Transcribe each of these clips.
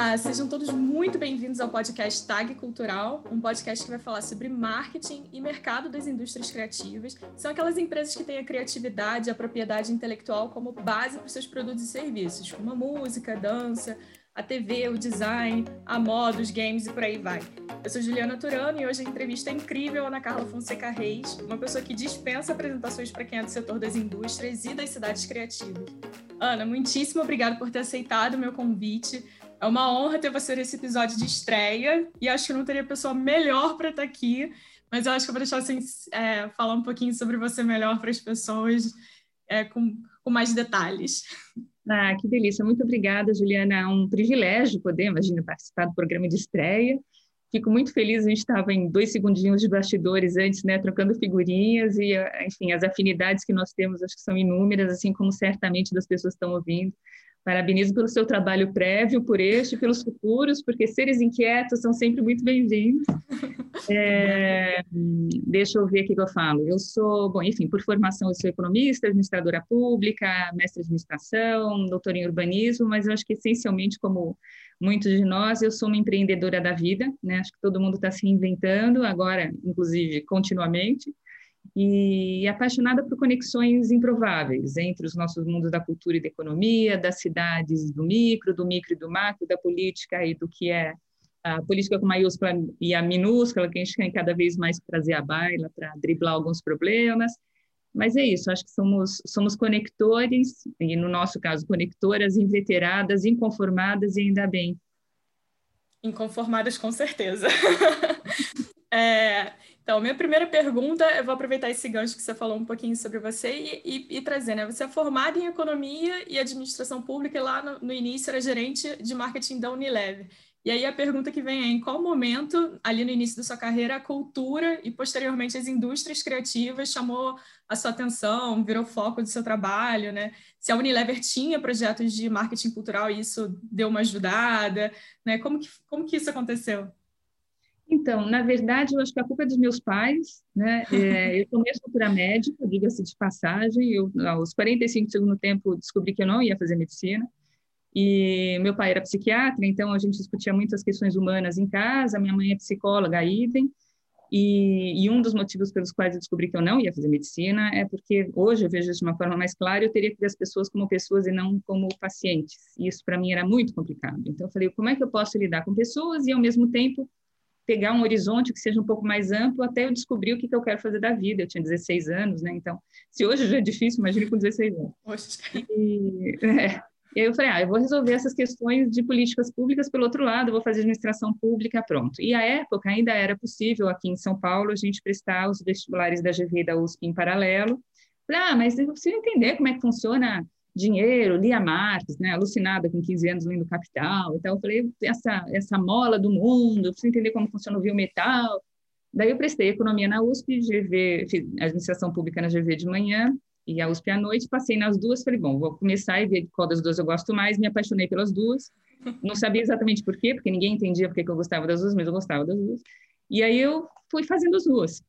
Olá, sejam todos muito bem-vindos ao podcast Tag Cultural, um podcast que vai falar sobre marketing e mercado das indústrias criativas. São aquelas empresas que têm a criatividade e a propriedade intelectual como base para os seus produtos e serviços, como a música, a dança, a TV, o design, a moda, os games e por aí vai. Eu sou Juliana Turano e hoje a entrevista é incrível Ana Carla Fonseca Reis, uma pessoa que dispensa apresentações para quem é do setor das indústrias e das cidades criativas. Ana, muitíssimo obrigada por ter aceitado o meu convite. É uma honra ter você nesse episódio de estreia e acho que não teria pessoa melhor para estar aqui, mas eu acho que eu vou deixar você falar um pouquinho sobre você melhor para as pessoas com mais detalhes. Ah, que delícia. Muito obrigada, Juliana. É um privilégio poder, imagina, participar do programa de estreia. Fico muito feliz, a gente estava em 2 segundinhos de bastidores antes, né, trocando figurinhas e, enfim, as afinidades que nós temos, acho que são inúmeras, assim como certamente das pessoas estão ouvindo. Parabenizo pelo seu trabalho prévio, por este e pelos futuros, porque seres inquietos são sempre muito bem-vindos. Deixa eu ver o que eu falo. Eu sou, bom, enfim, por formação eu sou economista, administradora pública, mestre em administração, doutora em urbanismo, mas eu acho que essencialmente, como muitos de nós, eu sou uma empreendedora da vida, né? Acho que todo mundo está se reinventando agora, inclusive, continuamente. E apaixonada por conexões improváveis entre os nossos mundos da cultura e da economia, das cidades do micro e do macro, da política e do que é a política com maiúscula e a minúscula, que a gente quer cada vez mais trazer à baila para driblar alguns problemas. Mas é isso, acho que somos conectores, e no nosso caso, conectoras inveteradas, inconformadas e ainda bem. Inconformadas, com certeza. Então, minha primeira pergunta, eu vou aproveitar esse gancho que você falou um pouquinho sobre você e trazer, né? Você é formada em Economia e Administração Pública e lá no início era gerente de marketing da Unilever. E aí a pergunta que vem é, em qual momento, ali no início da sua carreira, a cultura e posteriormente as indústrias criativas chamou a sua atenção, virou foco do seu trabalho, né? Se a Unilever tinha projetos de marketing cultural e isso deu uma ajudada, né? Como que isso aconteceu? Então, na verdade, eu acho que a culpa é dos meus pais, né? Eu tomei a estrutura médica, diga-se de passagem, eu, aos 45 do segundo tempo, descobri que eu não ia fazer medicina, e meu pai era psiquiatra, então a gente discutia muitas questões humanas em casa, minha mãe é psicóloga, idem, e um dos motivos pelos quais eu descobri que eu não ia fazer medicina é porque hoje eu vejo isso de uma forma mais clara, eu teria que ver as pessoas como pessoas e não como pacientes, e isso para mim era muito complicado. Então eu falei, como é que eu posso lidar com pessoas e ao mesmo tempo pegar um horizonte que seja um pouco mais amplo até eu descobrir o que eu quero fazer da vida. Eu tinha 16 anos, né? Então, se hoje já é difícil, imagine com 16 anos. E aí eu falei, eu vou resolver essas questões de políticas públicas pelo outro lado, eu vou fazer administração pública, pronto. E à época ainda era possível, aqui em São Paulo, a gente prestar os vestibulares da GV e da USP em paralelo. Falei, mas eu preciso entender como é que funciona dinheiro, Lia Marx, né, alucinada com 15 anos lendo Capital, então eu falei, essa mola do mundo, eu preciso entender como funciona o metal. Daí eu prestei economia na USP, GV, fiz administração pública na GV de manhã e a USP à noite, passei nas duas, falei, bom, vou começar e ver qual das duas eu gosto mais, me apaixonei pelas duas, não sabia exatamente por quê, porque ninguém entendia porque eu gostava das duas, mas eu gostava das duas, e aí eu fui fazendo as duas.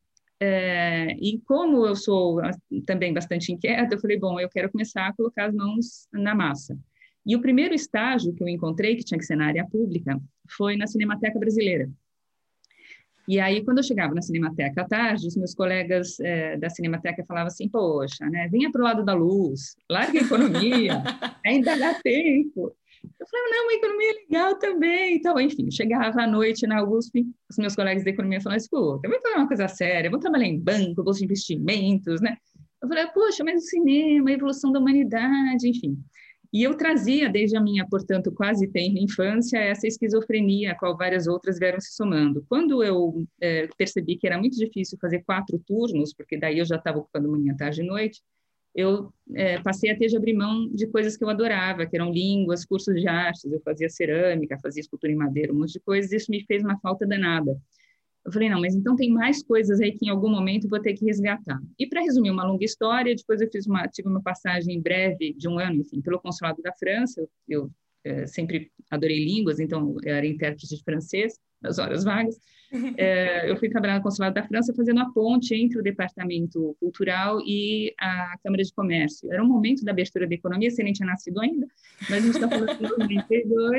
E como eu sou também bastante inquieta, eu falei, bom, eu quero começar a colocar as mãos na massa. E o primeiro estágio que eu encontrei, que tinha que ser na área pública, foi na Cinemateca Brasileira. E aí, quando eu chegava na Cinemateca à tarde, os meus colegas da Cinemateca falavam assim, poxa, né, venha para o lado da luz, larga a economia, ainda dá tempo. Eu falei, não, a economia é legal também. Então, enfim, chegava à noite na USP, os meus colegas de economia falavam, escuta, vamos fazer uma coisa séria, vamos trabalhar em banco, bolsa de investimentos, né? Eu falei, poxa, mas o cinema, a evolução da humanidade, enfim. E eu trazia, desde a minha, portanto, quase tenra infância, essa esquizofrenia, a qual várias outras vieram se somando. Quando eu percebi que era muito difícil fazer 4 turnos, porque daí eu já estava ocupando manhã, tarde e noite, eu passei a ter de abrir mão de coisas que eu adorava, que eram línguas, cursos de artes, eu fazia cerâmica, fazia escultura em madeira, um monte de coisas, e isso me fez uma falta danada. Eu falei, não, mas então tem mais coisas aí que em algum momento eu vou ter que resgatar. E para resumir uma longa história, depois eu tive uma passagem breve de 1 ano, enfim, pelo consulado da França, eu sempre adorei línguas, então eu era intérprete de francês, nas horas vagas. Eu fui trabalhar no consulado da França fazendo a ponte entre o departamento cultural e a Câmara de Comércio. Era um momento da abertura da economia, você nem tinha nascido ainda, mas a gente está falando de 92,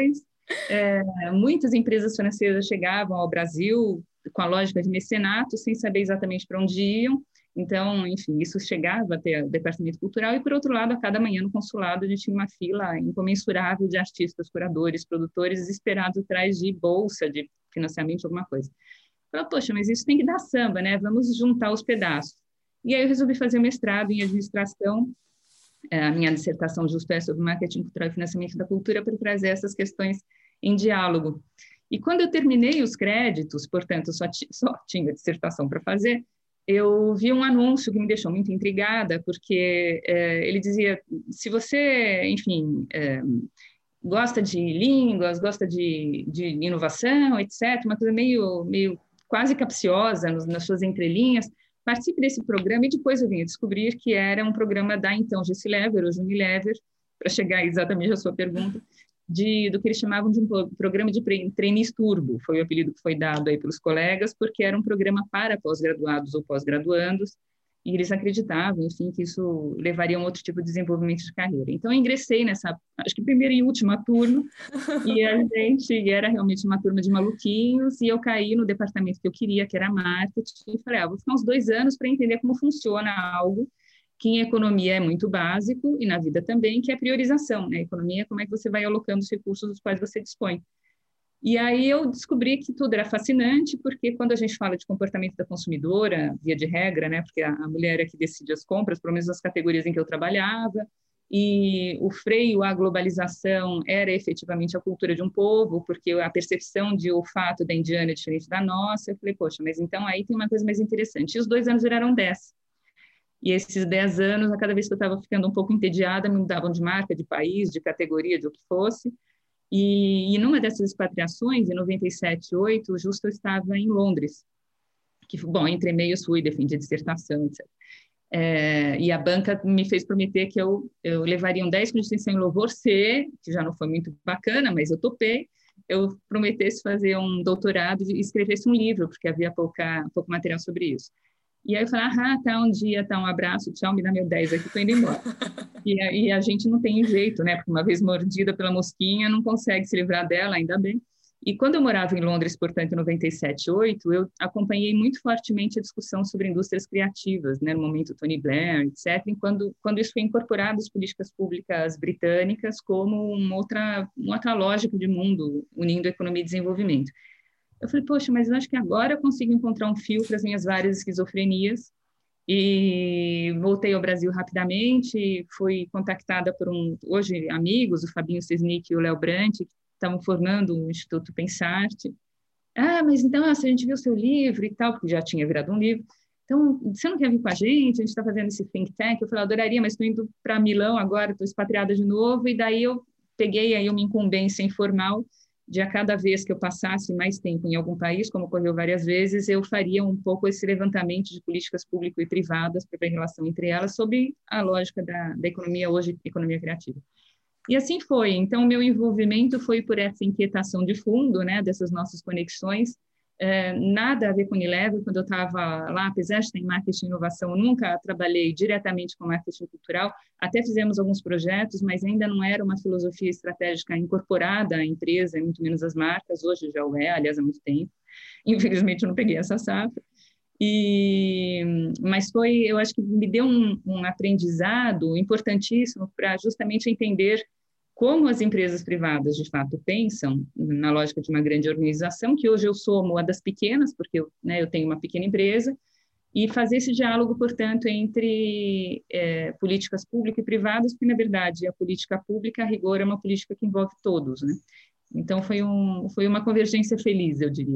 Muitas empresas francesas chegavam ao Brasil com a lógica de mecenato, sem saber exatamente para onde iam. Então, enfim, isso chegava até o departamento cultural. E, por outro lado, a cada manhã no consulado, a gente tinha uma fila incomensurável de artistas, curadores, produtores desesperados atrás de bolsa, de financiamento, alguma coisa. Eu falei, poxa, mas isso tem que dar samba, né? Vamos juntar os pedaços. E aí eu resolvi fazer mestrado em administração. A minha dissertação justo é sobre marketing cultural e financiamento da cultura, para trazer essas questões em diálogo. E quando eu terminei os créditos, portanto, só tinha dissertação para fazer, eu vi um anúncio que me deixou muito intrigada, porque ele dizia, se você, enfim, gosta de línguas, gosta de inovação, etc., uma coisa meio quase capciosa nas suas entrelinhas, participe desse programa. E depois eu vim a descobrir que era um programa da então Gessilever, hoje Unilever, para chegar exatamente à sua pergunta, do que eles chamavam de um programa de trainees turbo. Foi o apelido que foi dado aí pelos colegas, porque era um programa para pós-graduados ou pós-graduandos, e eles acreditavam, enfim, que isso levaria a um outro tipo de desenvolvimento de carreira. Então, eu ingressei nessa, acho que primeira e última turma, e era realmente uma turma de maluquinhos, e eu caí no departamento que eu queria, que era marketing, e falei, vou ficar uns 2 anos para entender como funciona algo que em economia é muito básico, e na vida também, que é priorização, né? Economia é como é que você vai alocando os recursos dos quais você dispõe. E aí eu descobri que tudo era fascinante, porque quando a gente fala de comportamento da consumidora, via de regra, né, porque a mulher é que decide as compras, pelo menos nas categorias em que eu trabalhava, e o freio à globalização era efetivamente a cultura de um povo, porque a percepção de olfato da indiana é diferente da nossa. Eu falei, poxa, mas então aí tem uma coisa mais interessante. E os 2 anos viraram 10. E esses 10 anos, a cada vez que eu estava ficando um pouco entediada, me mudavam de marca, de país, de categoria, de o que fosse. E numa dessas expatriações, em 97, 8, justo eu estava em Londres, que, bom, entre meios fui, defendi a dissertação, etc. E a banca me fez prometer que eu levaria um 10 com distinção em louvor C, que já não foi muito bacana, mas eu topei. Eu prometesse fazer um doutorado e escrevesse um livro, porque havia pouco material sobre isso. E aí eu falei, tá, um dia, tá, um abraço, tchau, me dá meu 10 aqui, tô indo embora. E a gente não tem jeito, né? Porque uma vez mordida pela mosquinha, não consegue se livrar dela, ainda bem. E quando eu morava em Londres, portanto, em 97, 8, eu acompanhei muito fortemente a discussão sobre indústrias criativas, né? No momento Tony Blair, etc., e quando isso foi incorporado às políticas públicas britânicas como uma outra lógica de mundo, unindo economia e desenvolvimento. Eu falei, poxa, mas eu acho que agora eu consigo encontrar um fio para as minhas várias esquizofrenias. E voltei ao Brasil rapidamente, fui contactada por hoje, amigos, o Fabinho Sesnick e o Léo Brant, que estavam formando o Instituto Pensarte. Mas então, se a gente viu o seu livro e tal, porque já tinha virado um livro, então, você não quer vir com a gente? A gente está fazendo esse think tank. Eu falei, adoraria, mas estou indo para Milão agora, estou expatriada de novo, e daí eu peguei aí uma incumbência informal de a cada vez que eu passasse mais tempo em algum país, como ocorreu várias vezes, eu faria um pouco esse levantamento de políticas públicas e privadas para ver a relação entre elas, sob a lógica da economia hoje, economia criativa. E assim foi. Então, meu envolvimento foi por essa inquietação de fundo, né, dessas nossas conexões. Nada a ver com Unilever. Quando eu estava lá, apesar de estar em marketing e inovação, eu nunca trabalhei diretamente com marketing cultural. Até fizemos alguns projetos, mas ainda não era uma filosofia estratégica incorporada à empresa, muito menos às marcas. Hoje já o é, aliás, há muito tempo. Infelizmente, eu não peguei essa safra. Mas eu acho que me deu um aprendizado importantíssimo para justamente entender como as empresas privadas, de fato, pensam na lógica de uma grande organização, que hoje eu sou uma das pequenas, porque eu tenho uma pequena empresa, e fazer esse diálogo, portanto, entre políticas públicas e privadas, porque, na verdade, a política pública, a rigor, é uma política que envolve todos, né? Então, foi uma convergência feliz, eu diria.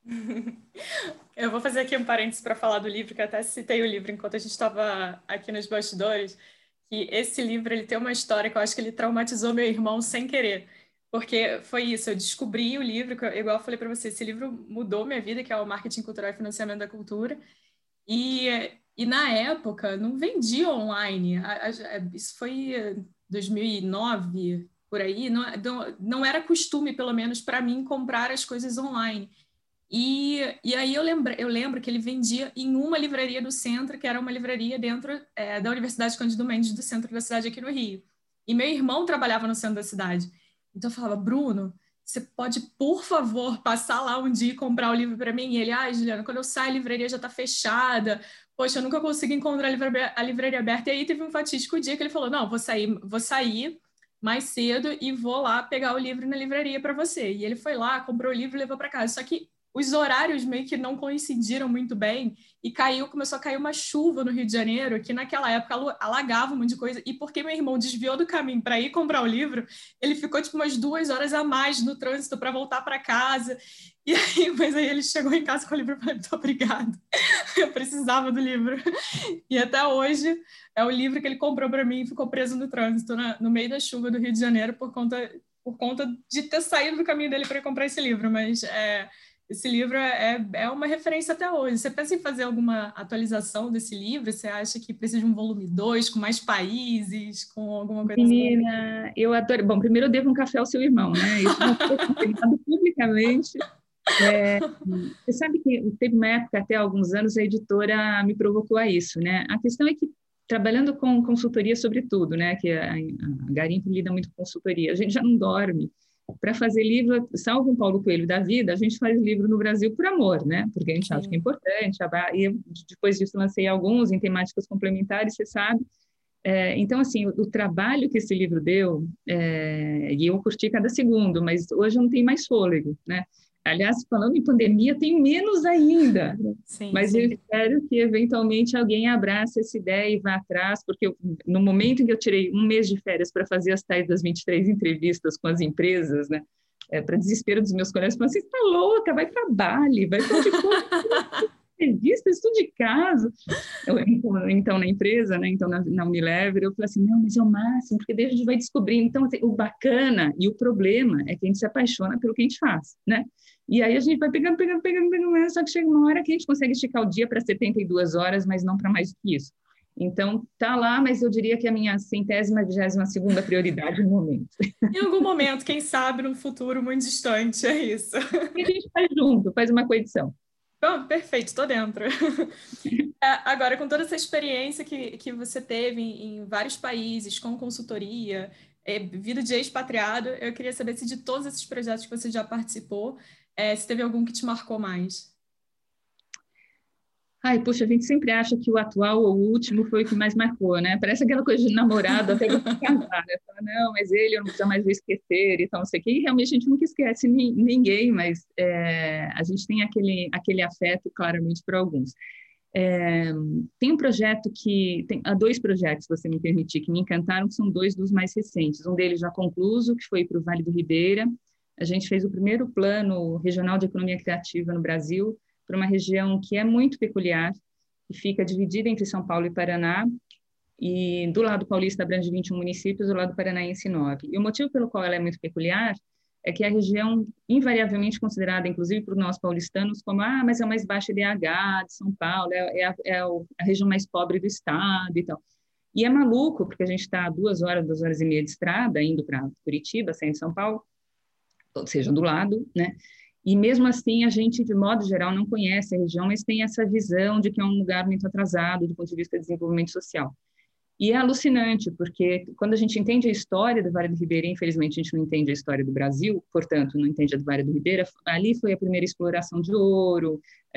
Eu vou fazer aqui um parênteses para falar do livro, que eu até citei o livro enquanto a gente estava aqui nos bastidores, que esse livro ele tem uma história que eu acho que ele traumatizou meu irmão sem querer, porque foi isso, eu descobri o livro, igual eu falei para você, esse livro mudou minha vida, que é o Marketing Cultural e Financiamento da Cultura, e na época não vendia online, isso foi 2009, por aí, não era costume, pelo menos para mim, comprar as coisas online. E aí eu lembro que ele vendia em uma livraria do centro, que era uma livraria dentro da Universidade Cândido Mendes, do centro da cidade aqui no Rio. E meu irmão trabalhava no centro da cidade. Então eu falava, Bruno, você pode, por favor, passar lá um dia e comprar o livro para mim? E ele, Juliana, quando eu saio, a livraria já está fechada. Poxa, eu nunca consigo encontrar a livraria aberta. E aí teve um fatídico dia que ele falou, não, vou sair mais cedo e vou lá pegar o livro na livraria para você. E ele foi lá, comprou o livro e levou para casa. Só que os horários meio que não coincidiram muito bem e começou a cair uma chuva no Rio de Janeiro, que naquela época alagava um monte de coisa. E porque meu irmão desviou do caminho para ir comprar o livro, ele ficou tipo umas 2 horas a mais no trânsito para voltar para casa. E aí, mas aí ele chegou em casa com o livro e falou, muito obrigado, eu precisava do livro. E até hoje é o livro que ele comprou para mim e ficou preso no trânsito, no meio da chuva do Rio de Janeiro por conta de ter saído do caminho dele para comprar esse livro. Mas esse livro é uma referência até hoje. Você pensa em fazer alguma atualização desse livro? Você acha que precisa de um volume 2 com mais países, com alguma coisa assim? Menina, eu adoro. Bom, primeiro eu devo um café ao seu irmão, né? Isso já foi confirmado publicamente. Você sabe que teve uma época, até alguns anos, a editora me provocou a isso, né? A questão é que, trabalhando com consultoria sobre tudo, né? Que a Garimpo lida muito com consultoria, a gente já não dorme. Para fazer livro, salvo um Paulo Coelho da vida, a gente faz livro no Brasil por amor, né? Porque a gente acha que é importante. E eu, depois disso, lancei alguns em temáticas complementares, você sabe. Então, assim, o trabalho que esse livro deu, e eu curti cada segundo, mas hoje eu não tenho mais fôlego, né? Aliás, falando em pandemia, tenho menos ainda. Sim, mas eu espero que, eventualmente, alguém abrace essa ideia e vá atrás, porque no momento em que eu tirei um mês de férias para fazer as tais das 23 entrevistas com as empresas, né? Para desespero dos meus colegas, falando, você está louca, vai para Bali, vai para onde for, entrevista, estudo de caso. Então, na empresa, né? Então, na Unilever, eu falei assim, não, mas é o máximo, porque daí a gente vai descobrir. Então, assim, o bacana e o problema é que a gente se apaixona pelo que a gente faz, né? E aí a gente vai pegando, só que chega uma hora que a gente consegue esticar o dia para 72 horas, mas não para mais do que isso. Então, tá lá, mas eu diria que é a minha 122ª prioridade no momento. Em algum momento, quem sabe, num futuro muito distante, é isso. E a gente faz junto, faz uma coedição. Bom, perfeito, estou dentro. Agora, com toda essa experiência que você teve em vários países, com consultoria, vida de expatriado, eu queria saber se de todos esses projetos que você já participou, se teve algum que te marcou mais. Ai, puxa, a gente sempre acha que o atual ou o último foi o que mais marcou, né? Parece aquela coisa de namorado até você casar, né? Fala, não, mas ele eu não jamais vou esquecer e tal, não sei o quê. E realmente a gente nunca esquece ninguém, mas a gente tem aquele afeto claramente para alguns. Tem um projeto há 2 projetos, se você me permitir, que me encantaram, que são 2 dos mais recentes. Um deles já concluso, que foi para o Vale do Ribeira. A gente fez o primeiro plano regional de economia criativa no Brasil, para uma região que é muito peculiar, que fica dividida entre São Paulo e Paraná, e do lado paulista abrange 21 municípios, do lado paranaense 9. E o motivo pelo qual ela é muito peculiar é que a região, invariavelmente considerada, inclusive por nós paulistanos, como, mas é a mais baixa IDH de São Paulo, a região mais pobre do estado e tal. E é maluco, porque a gente está a 2 horas, 2 horas e meia de estrada, indo para Curitiba, saindo de São Paulo, ou seja, do lado, né? E mesmo assim, a gente, de modo geral, não conhece a região, mas tem essa visão de que é um lugar muito atrasado do ponto de vista de desenvolvimento social. E é alucinante, porque quando a gente entende a história do Vale do Ribeira, infelizmente a gente não entende a história do Brasil, portanto, não entende a do Vale do Ribeira, ali foi a primeira exploração de ouro,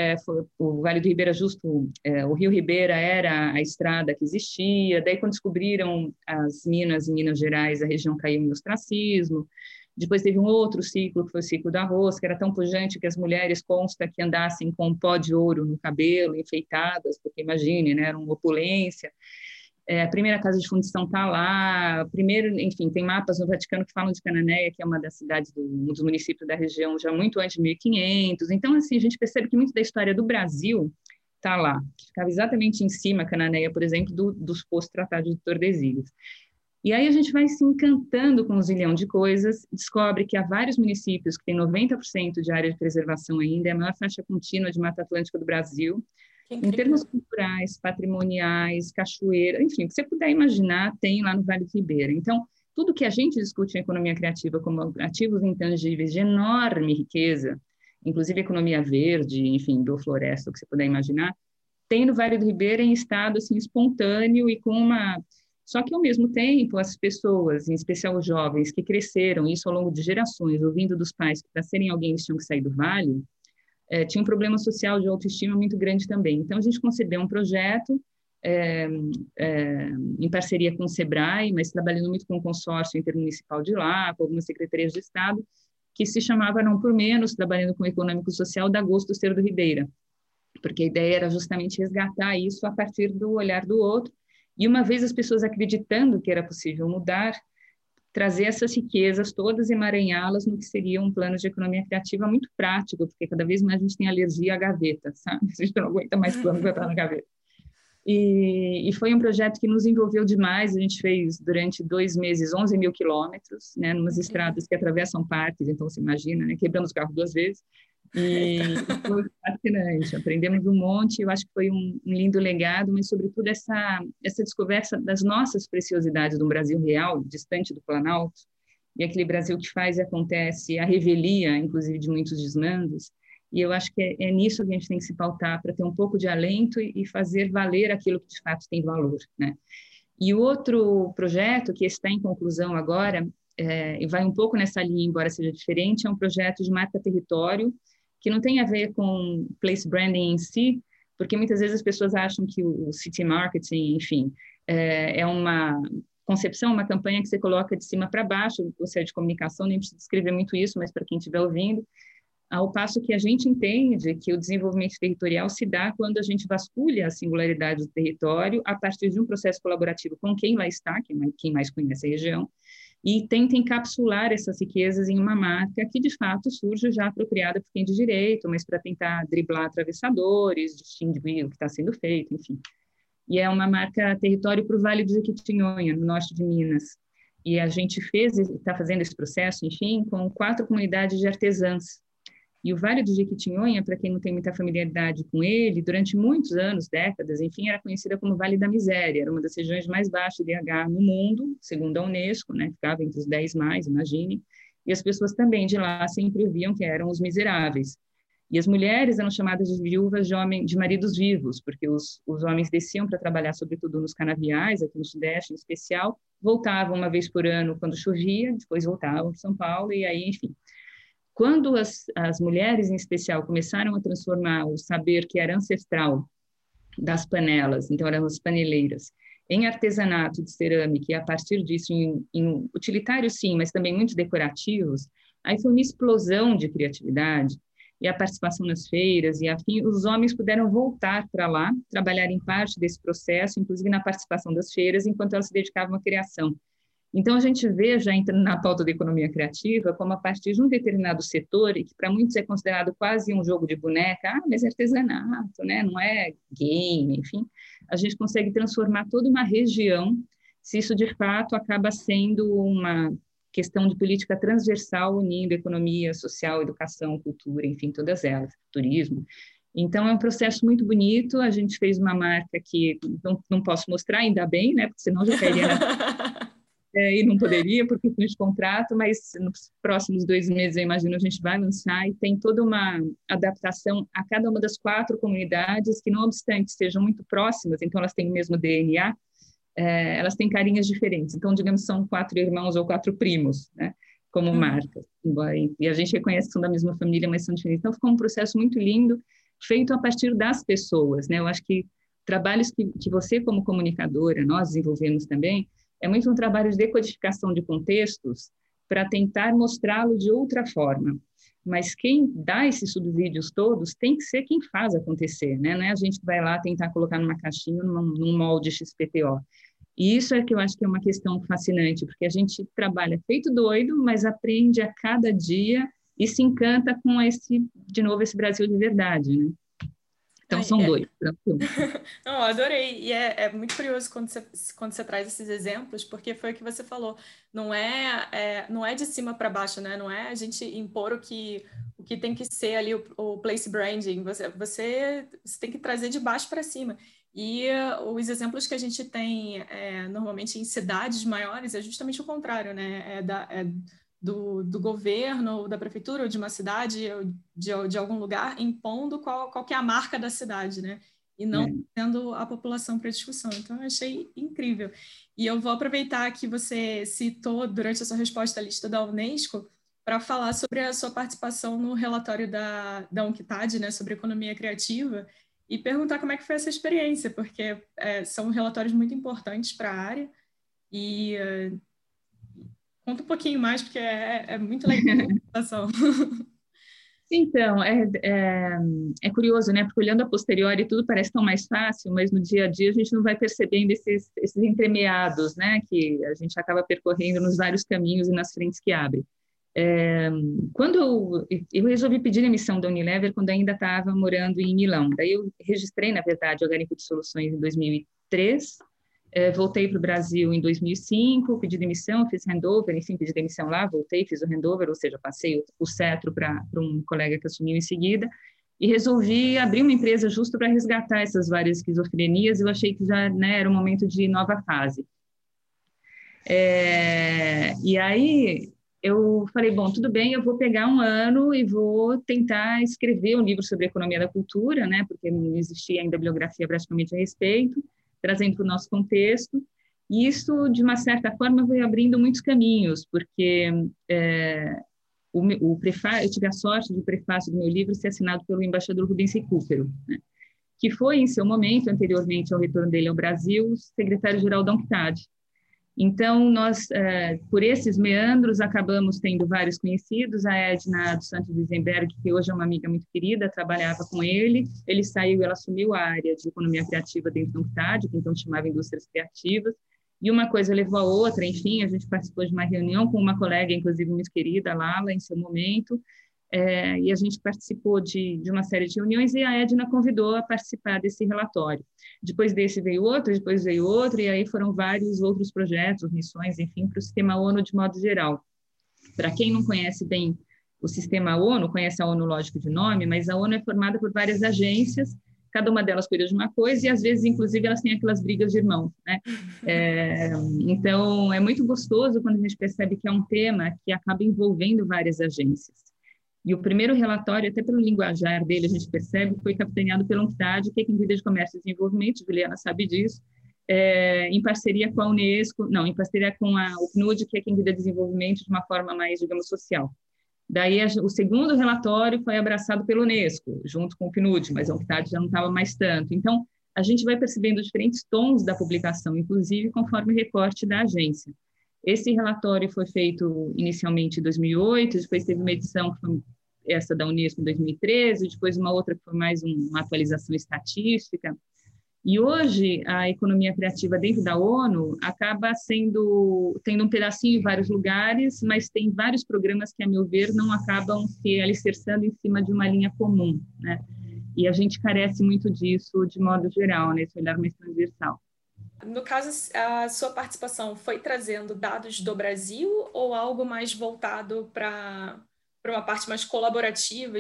o Vale do Ribeira o Rio Ribeira era a estrada que existia, daí quando descobriram as minas em Minas Gerais, a região caiu em ostracismo. Depois teve um outro ciclo, que foi o ciclo do arroz, que era tão pujante que as mulheres consta que andassem com um pó de ouro no cabelo, enfeitadas, porque imagine, né, era uma opulência. A primeira casa de fundição está lá, enfim, tem mapas no Vaticano que falam de Cananéia, que é uma das cidades, um dos municípios da região, já muito antes de 1500. Então, assim, a gente percebe que muito da história do Brasil está lá, que ficava exatamente em cima, Cananéia, por exemplo, dos post-tratados de Tordesilhas. E aí a gente vai se encantando com um zilhão de coisas, descobre que há vários municípios que têm 90% de área de preservação ainda, é a maior faixa contínua de Mata Atlântica do Brasil. Em termos culturais, patrimoniais, cachoeira, enfim, o que você puder imaginar, tem lá no Vale do Ribeira. Então, tudo que a gente discute em economia criativa como ativos intangíveis de enorme riqueza, inclusive economia verde, enfim, biofloresta, o que você puder imaginar, tem no Vale do Ribeira em estado assim, espontâneo e com uma Só que, ao mesmo tempo, as pessoas, em especial os jovens, que cresceram, isso ao longo de gerações, ouvindo dos pais que para serem alguém eles tinham que sair do vale, tinha um problema social de autoestima muito grande também. Então, a gente concebeu um projeto em parceria com o SEBRAE, mas trabalhando muito com o consórcio intermunicipal de lá, com algumas secretarias de Estado, que se chamava Não Por Menos, trabalhando com o econômico social da Agosto Cerdo Ribeira, porque a ideia era justamente resgatar isso a partir do olhar do outro, e uma vez as pessoas acreditando que era possível mudar, trazer essas riquezas todas, emaranhá-las no que seria um plano de economia criativa muito prático, porque cada vez mais a gente tem alergia à gaveta, sabe? A gente não aguenta mais plano que vai estar na gaveta. E foi um projeto que nos envolveu demais. A gente fez durante 2 meses 11 mil quilômetros, né, numas estradas que atravessam parques, então você imagina, né, quebramos o carro 2 vezes, e foi fascinante, aprendemos um monte. Eu acho que foi um lindo legado, mas sobretudo essa descoberta das nossas preciosidades do Brasil real, distante do Planalto, e aquele Brasil que faz e acontece a revelia, inclusive, de muitos desmandos. E eu acho que é nisso que a gente tem que se pautar, para ter um pouco de alento e fazer valer aquilo que de fato tem valor, né? E o outro projeto, que está em conclusão agora, e vai um pouco nessa linha, embora seja diferente, é um projeto de marca território, que não tem a ver com place branding em si, porque muitas vezes as pessoas acham que o city marketing, enfim, é uma concepção, uma campanha que você coloca de cima para baixo. Você é de comunicação, nem precisa descrever muito isso, mas para quem estiver ouvindo, ao passo que a gente entende que o desenvolvimento territorial se dá quando a gente vasculha a singularidade do território a partir de um processo colaborativo com quem lá está, quem mais conhece a região, e tenta encapsular essas riquezas em uma marca que, de fato, surge já apropriada por quem de direito, mas para tentar driblar atravessadores, distinguir o que está sendo feito, enfim. E é uma marca território para o Vale do Jequitinhonha, no norte de Minas. E a gente está fazendo esse processo, enfim, com 4 comunidades de artesãs. E o Vale do Jequitinhonha, para quem não tem muita familiaridade com ele, durante muitos anos, décadas, enfim, era conhecida como Vale da Miséria, era uma das regiões mais baixas de IDH no mundo, segundo a Unesco, né, ficava entre os 10 mais, imagine, e as pessoas também de lá sempre ouviam que eram os miseráveis. E as mulheres eram chamadas de viúvas de maridos vivos, porque os homens desciam para trabalhar, sobretudo nos canaviais, aqui no Sudeste em especial, voltavam uma vez por ano quando chovia, depois voltavam para São Paulo, e aí, enfim. Quando as mulheres, em especial, começaram a transformar o saber que era ancestral das panelas, então eram as paneleiras, em artesanato de cerâmica, e a partir disso em utilitários, sim, mas também muito decorativos, aí foi uma explosão de criatividade, e a participação nas feiras, e afim, os homens puderam voltar para lá, trabalhar em parte desse processo, inclusive na participação das feiras, enquanto elas se dedicavam à criação. Então, a gente vê, já entrando na pauta da economia criativa, como a partir de um determinado setor, e que para muitos é considerado quase um jogo de boneca, mas é artesanato, né? Não é game, enfim, a gente consegue transformar toda uma região, se isso de fato acaba sendo uma questão de política transversal, unindo economia, social, educação, cultura, enfim, todas elas, turismo. Então, é um processo muito bonito. A gente fez uma marca que não posso mostrar, ainda bem, né? Porque senão já cairia e não poderia, porque fui de contrato, mas nos próximos 2 meses, eu imagino, a gente vai lançar, e tem toda uma adaptação a cada uma das 4 comunidades, que, não obstante sejam muito próximas, então elas têm o mesmo DNA, elas têm carinhas diferentes. Então, digamos, são 4 irmãos ou 4 primos, né, como marcas. E a gente reconhece que são da mesma família, mas são diferentes. Então, ficou um processo muito lindo, feito a partir das pessoas, né? Eu acho que trabalhos que você, como comunicadora, nós desenvolvemos também, é muito um trabalho de decodificação de contextos para tentar mostrá-lo de outra forma. Mas quem dá esses subsídios todos tem que ser quem faz acontecer, né? Não é a gente que vai lá tentar colocar numa caixinha, num molde XPTO. E isso é que eu acho que é uma questão fascinante, porque a gente trabalha feito doido, mas aprende a cada dia e se encanta com de novo, esse Brasil de verdade, né? Então, são 2. Não, adorei. E é muito curioso quando você traz esses exemplos, porque foi o que você falou. Não é de cima para baixo, né? Não é a gente impor o que tem que ser ali o place branding. Você tem que trazer de baixo para cima. E os exemplos que a gente tem normalmente em cidades maiores é justamente o contrário, né? Do governo, ou da prefeitura, ou de uma cidade, ou de algum lugar, impondo qual que é a marca da cidade, né? e não tendo a população para discussão. Então, eu achei incrível. E eu vou aproveitar que você citou, durante a sua resposta à lista da Unesco, para falar sobre a sua participação no relatório da UNCTAD, né, sobre economia criativa, e perguntar como é que foi essa experiência, porque são relatórios muito importantes para a área, e conta um pouquinho mais, porque é muito legal a participação. Então, é curioso, né? Porque olhando a posteriori tudo parece tão mais fácil, mas no dia a dia a gente não vai percebendo esses entremeados, né? Que a gente acaba percorrendo nos vários caminhos e nas frentes que abre. Quando eu resolvi pedir a emissão da Unilever quando ainda estava morando em Milão. Daí eu registrei, na verdade, o Garimpo de Soluções em 2003, voltei para o Brasil em 2005, pedi demissão, fiz handover, enfim, pedi demissão lá, voltei, fiz o handover, ou seja, passei o cetro para um colega que assumiu em seguida, e resolvi abrir uma empresa justo para resgatar essas várias esquizofrenias. Eu achei que já, né, era um momento de nova fase. E aí eu falei, bom, tudo bem, eu vou pegar um ano e vou tentar escrever um livro sobre a economia da cultura, né, porque não existia ainda bibliografia praticamente a respeito, trazendo para o nosso contexto. E isso, de uma certa forma, veio abrindo muitos caminhos, porque eu tive a sorte de o prefácio do meu livro ser assinado pelo embaixador Rubens Recupero, né, que foi, em seu momento, anteriormente ao retorno dele ao Brasil, secretário-geral da UNCTAD. Então, nós, por esses meandros, acabamos tendo vários conhecidos. A Edna dos Santos Wiesenberg, que hoje é uma amiga muito querida, trabalhava com ele. Ele saiu, ela assumiu a área de economia criativa dentro da UNCTAD, que então chamava Indústrias Criativas. E uma coisa levou a outra, enfim, a gente participou de uma reunião com uma colega, inclusive muito querida, a Lala, em seu momento, e a gente participou de uma série de reuniões, e a Edna convidou a participar desse relatório. Depois desse veio outro, e aí foram vários outros projetos, missões, enfim, para o sistema ONU de modo geral. Para quem não conhece bem o sistema ONU, conhece a ONU, lógico, de nome, mas a ONU é formada por várias agências, cada uma delas cuida de uma coisa, e às vezes, inclusive, elas têm aquelas brigas de irmãos, né? Então, é muito gostoso quando a gente percebe que é um tema que acaba envolvendo várias agências. E o primeiro relatório, até pelo linguajar dele, a gente percebe que foi capitaneado pela UNCTAD, que é quem cuida de comércio e desenvolvimento, Juliana sabe disso, em parceria com a Unesco, não, em parceria com o PNUD, que é quem cuida de desenvolvimento de uma forma mais, digamos, social. Daí, o segundo relatório foi abraçado pela Unesco, junto com o PNUD, mas a UNCTAD já não estava mais tanto. Então, a gente vai percebendo diferentes tons da publicação, inclusive conforme o recorte da agência. Esse relatório foi feito inicialmente em 2008, depois teve uma edição que foi essa da Unesco em 2013, depois uma outra que foi mais uma atualização estatística. E hoje a economia criativa dentro da ONU acaba tendo um pedacinho em vários lugares, mas tem vários programas que, a meu ver, não acabam se alicerçando em cima de uma linha comum, né? E a gente carece muito disso de modo geral, nesse olhar mais transversal. No caso, a sua participação foi trazendo dados do Brasil ou algo mais voltado para uma parte mais colaborativa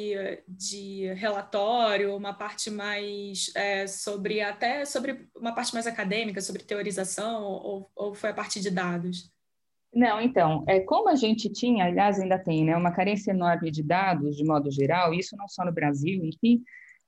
de relatório, uma parte mais sobre uma parte mais acadêmica, sobre teorização, ou foi a partir de dados? Não, então, como a gente tinha, aliás, ainda tem, né, uma carência enorme de dados, de modo geral, isso não só no Brasil, enfim,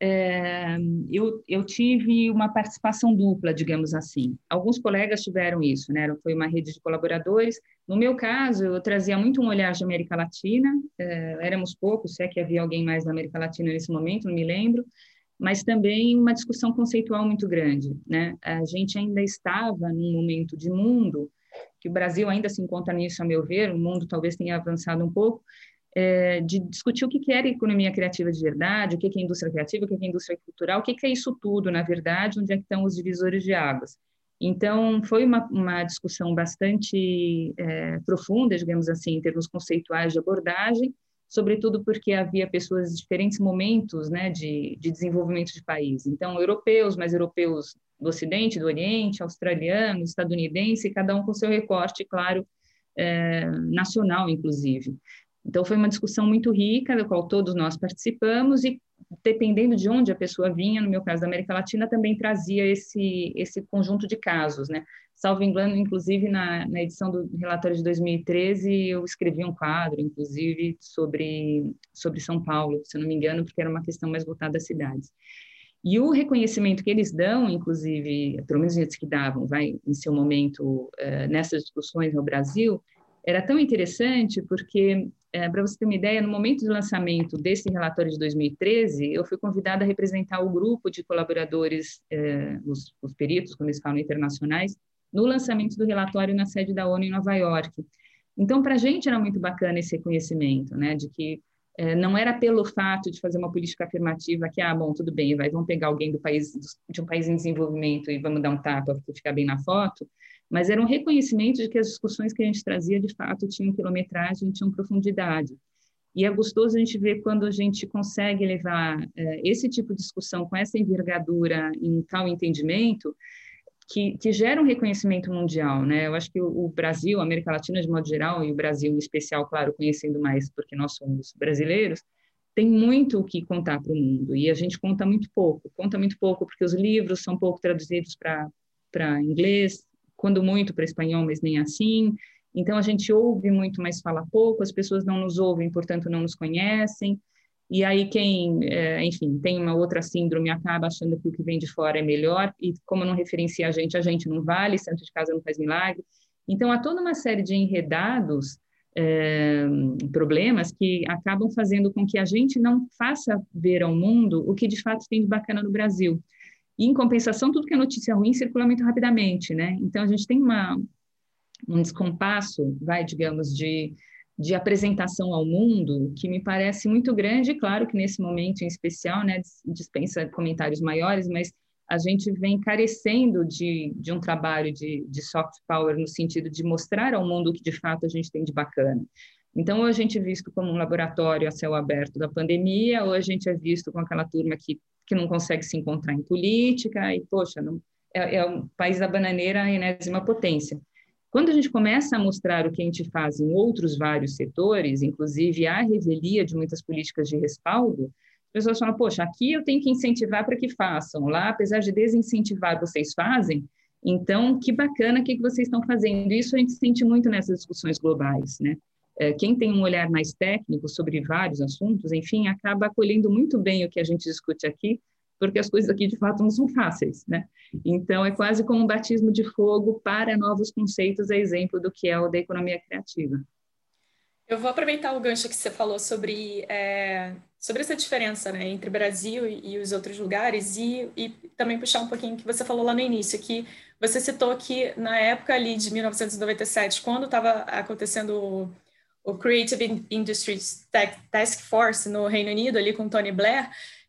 eu tive uma participação dupla, digamos assim. Alguns colegas tiveram isso, né? Foi uma rede de colaboradores. No meu caso, eu trazia muito um olhar de América Latina, éramos poucos, se é que havia alguém mais da América Latina nesse momento, não me lembro, mas também uma discussão conceitual muito grande, né? A gente ainda estava num momento de mundo, que o Brasil ainda se encontra nisso, a meu ver, o mundo talvez tenha avançado um pouco, de discutir o que era economia criativa de verdade, o que é indústria criativa, o que é indústria cultural, o que é isso tudo, na verdade, onde é que estão os divisores de águas. Então, foi uma discussão bastante profunda, digamos assim, em termos conceituais de abordagem, sobretudo porque havia pessoas de diferentes momentos, né, de desenvolvimento de país. Então, europeus, mas europeus do Ocidente, do Oriente, australiano, estadunidense, cada um com seu recorte, claro, nacional, inclusive. Então, foi uma discussão muito rica, da qual todos nós participamos, e dependendo de onde a pessoa vinha, no meu caso da América Latina, também trazia esse conjunto de casos, né? Salvo engano, inclusive, na edição do relatório de 2013, eu escrevi um quadro, inclusive, sobre São Paulo, se eu não me engano, porque era uma questão mais voltada às cidades. E o reconhecimento que eles dão, inclusive, pelo menos eles que davam, em seu momento, nessas discussões no Brasil, era tão interessante porque, para você ter uma ideia, no momento do lançamento desse relatório de 2013, eu fui convidada a representar o grupo de colaboradores, os peritos, como eles falam, internacionais, no lançamento do relatório na sede da ONU em Nova York. Então, para a gente era muito bacana esse reconhecimento, né, de que não era pelo fato de fazer uma política afirmativa que, bom, tudo bem, vamos pegar alguém de um país em desenvolvimento e vamos dar um tapa para ficar bem na foto, mas era um reconhecimento de que as discussões que a gente trazia, de fato, tinham quilometragem, tinham profundidade. E é gostoso a gente ver quando a gente consegue levar esse tipo de discussão com essa envergadura em tal entendimento, que gera um reconhecimento mundial, né? Eu acho que o Brasil, a América Latina de modo geral, e o Brasil em especial, claro, conhecendo mais porque nós somos brasileiros, tem muito o que contar para o mundo, e a gente conta muito pouco porque os livros são pouco traduzidos para inglês, quando muito para espanhol, mas nem assim, então a gente ouve muito, mas fala pouco, as pessoas não nos ouvem, portanto não nos conhecem, e aí quem, enfim, tem uma outra síndrome acaba achando que o que vem de fora é melhor, e como não referencia a gente não vale, santo de casa não faz milagre. Então, há toda uma série de enredados, problemas que acabam fazendo com que a gente não faça ver ao mundo o que de fato tem de bacana no Brasil. E, em compensação, tudo que é notícia ruim circula muito rapidamente, né? Então, a gente tem um descompasso, digamos, de apresentação ao mundo, que me parece muito grande, claro que nesse momento em especial, né, dispensa comentários maiores, mas a gente vem carecendo de um trabalho de soft power no sentido de mostrar ao mundo o que de fato a gente tem de bacana. Então, ou a gente é visto como um laboratório a céu aberto da pandemia, ou a gente é visto com aquela turma que não consegue se encontrar em política, e, poxa, não, é um país da bananeira, a enésima potência. Quando a gente começa a mostrar o que a gente faz em outros vários setores, inclusive a revelia de muitas políticas de respaldo, as pessoas falam, poxa, aqui eu tenho que incentivar para que façam, lá, apesar de desincentivar, vocês fazem, então, que bacana o que vocês estão fazendo. Isso a gente sente muito nessas discussões globais, né? Quem tem um olhar mais técnico sobre vários assuntos, enfim, acaba acolhendo muito bem o que a gente discute aqui, porque as coisas aqui, de fato, não são fáceis, né? Então, é quase como um batismo de fogo para novos conceitos, a exemplo do que é o da economia criativa. Eu vou aproveitar o gancho que você falou sobre essa diferença, né, entre o Brasil e os outros lugares e também puxar um pouquinho que você falou lá no início, que você citou que na época ali de 1997, quando estava acontecendo o Creative Industries Task Force no Reino Unido, ali com Tony Blair,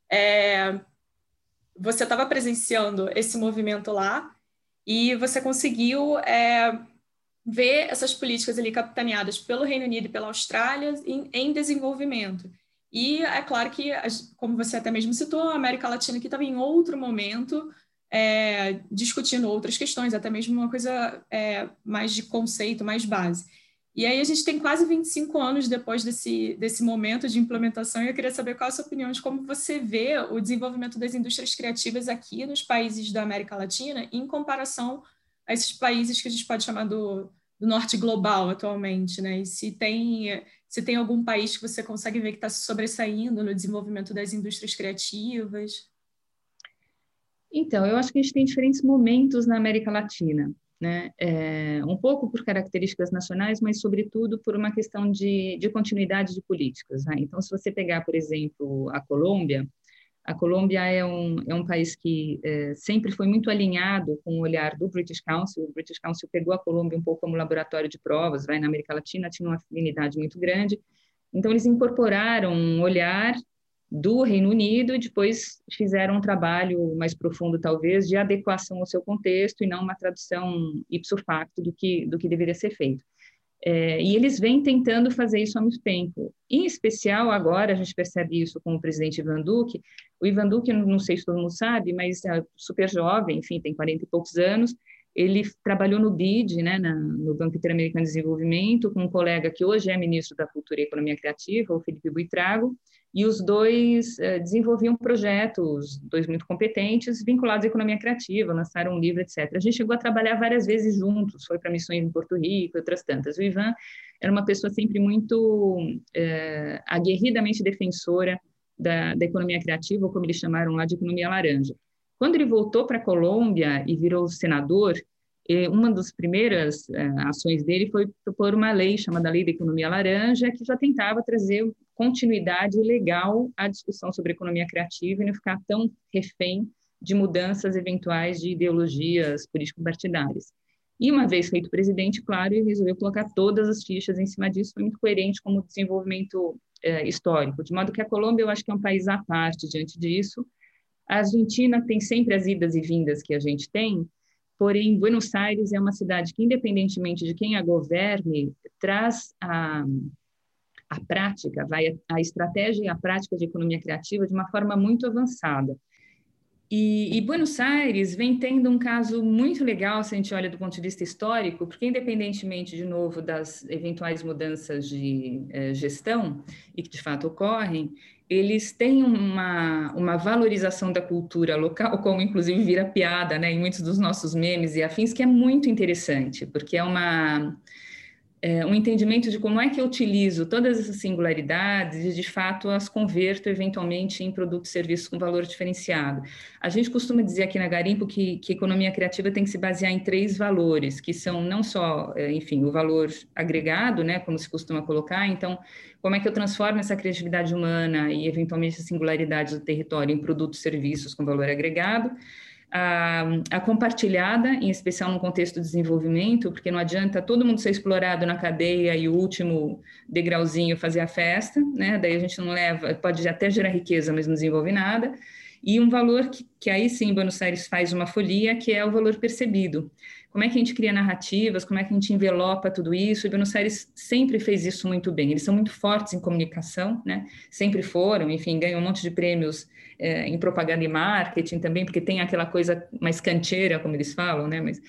você estava presenciando esse movimento lá e você conseguiu ver essas políticas ali capitaneadas pelo Reino Unido e pela Austrália em desenvolvimento. E é claro que, como você até mesmo citou, a América Latina que estava em outro momento discutindo outras questões, até mesmo uma coisa mais de conceito, mais base. E aí a gente tem quase 25 anos depois desse momento de implementação, e eu queria saber qual a sua opinião de como você vê o desenvolvimento das indústrias criativas aqui nos países da América Latina, em comparação a esses países que a gente pode chamar do norte global atualmente, né? E se tem algum país que você consegue ver que está se sobressaindo no desenvolvimento das indústrias criativas? Então, eu acho que a gente tem diferentes momentos na América Latina, né? Um pouco por características nacionais, mas sobretudo por uma questão de continuidade de políticas, né? Então, se você pegar, por exemplo, a Colômbia é um país que sempre foi muito alinhado com o olhar do British Council. O British Council pegou a Colômbia um pouco como laboratório de provas, na América Latina tinha uma afinidade muito grande. Então, eles incorporaram um olhar do Reino Unido e depois fizeram um trabalho mais profundo, talvez, de adequação ao seu contexto e não uma tradução ipso facto do que deveria ser feito. E eles vêm tentando fazer isso há muito tempo. Em especial, agora, a gente percebe isso com o presidente Ivan Duque. O Ivan Duque, não sei se todo mundo sabe, mas é super jovem, enfim, tem 40 e poucos anos. Ele trabalhou no BID, né, no Banco Interamericano de Desenvolvimento, com um colega que hoje é ministro da Cultura e Economia Criativa, o Felipe Buitrago, e os dois desenvolviam projetos, dois muito competentes, vinculados à economia criativa, lançaram um livro, etc. A gente chegou a trabalhar várias vezes juntos, foi para missões em Porto Rico e outras tantas. O Ivan era uma pessoa sempre muito aguerridamente defensora da economia criativa, ou como eles chamaram lá de economia laranja. Quando ele voltou para a Colômbia e virou senador, uma das primeiras ações dele foi propor uma lei chamada Lei da Economia Laranja, que já tentava trazer continuidade legal à discussão sobre economia criativa e não ficar tão refém de mudanças eventuais de ideologias político-partidárias. E uma vez feito presidente, claro, ele resolveu colocar todas as fichas em cima disso, foi muito coerente com o desenvolvimento histórico, de modo que a Colômbia eu acho que é um país à parte diante disso. A Argentina tem sempre as idas e vindas que a gente tem, porém, Buenos Aires é uma cidade que, independentemente de quem a governe, traz a prática, a estratégia e a prática de economia criativa de uma forma muito avançada. E Buenos Aires vem tendo um caso muito legal, se a gente olha do ponto de vista histórico, porque independentemente, de novo, das eventuais mudanças de gestão, e que de fato ocorrem, eles têm uma valorização da cultura local, como inclusive vira piada, né, em muitos dos nossos memes e afins, que é muito interessante, porque é um entendimento de como é que eu utilizo todas essas singularidades e, de fato, as converto eventualmente em produtos e serviços com valor diferenciado. A gente costuma dizer aqui na Garimpo que economia criativa tem que se basear em 3 valores, que são não só, enfim, o valor agregado, né, como se costuma colocar, então, como é que eu transformo essa criatividade humana e, eventualmente, as singularidades do território em produtos e serviços com valor agregado, a compartilhada, em especial no contexto do desenvolvimento, porque não adianta todo mundo ser explorado na cadeia e o último degrauzinho fazer a festa, né? Daí a gente não leva, pode até gerar riqueza, mas não desenvolve nada. E um valor que aí sim Buenos Aires faz uma folia, que é o valor percebido. Como é que a gente cria narrativas, como é que a gente envelopa tudo isso, e Buenos Aires sempre fez isso muito bem, eles são muito fortes em comunicação, né? Sempre foram, enfim, ganham um monte de prêmios em propaganda e marketing também, porque tem aquela coisa mais cancheira, como eles falam, né? Mas,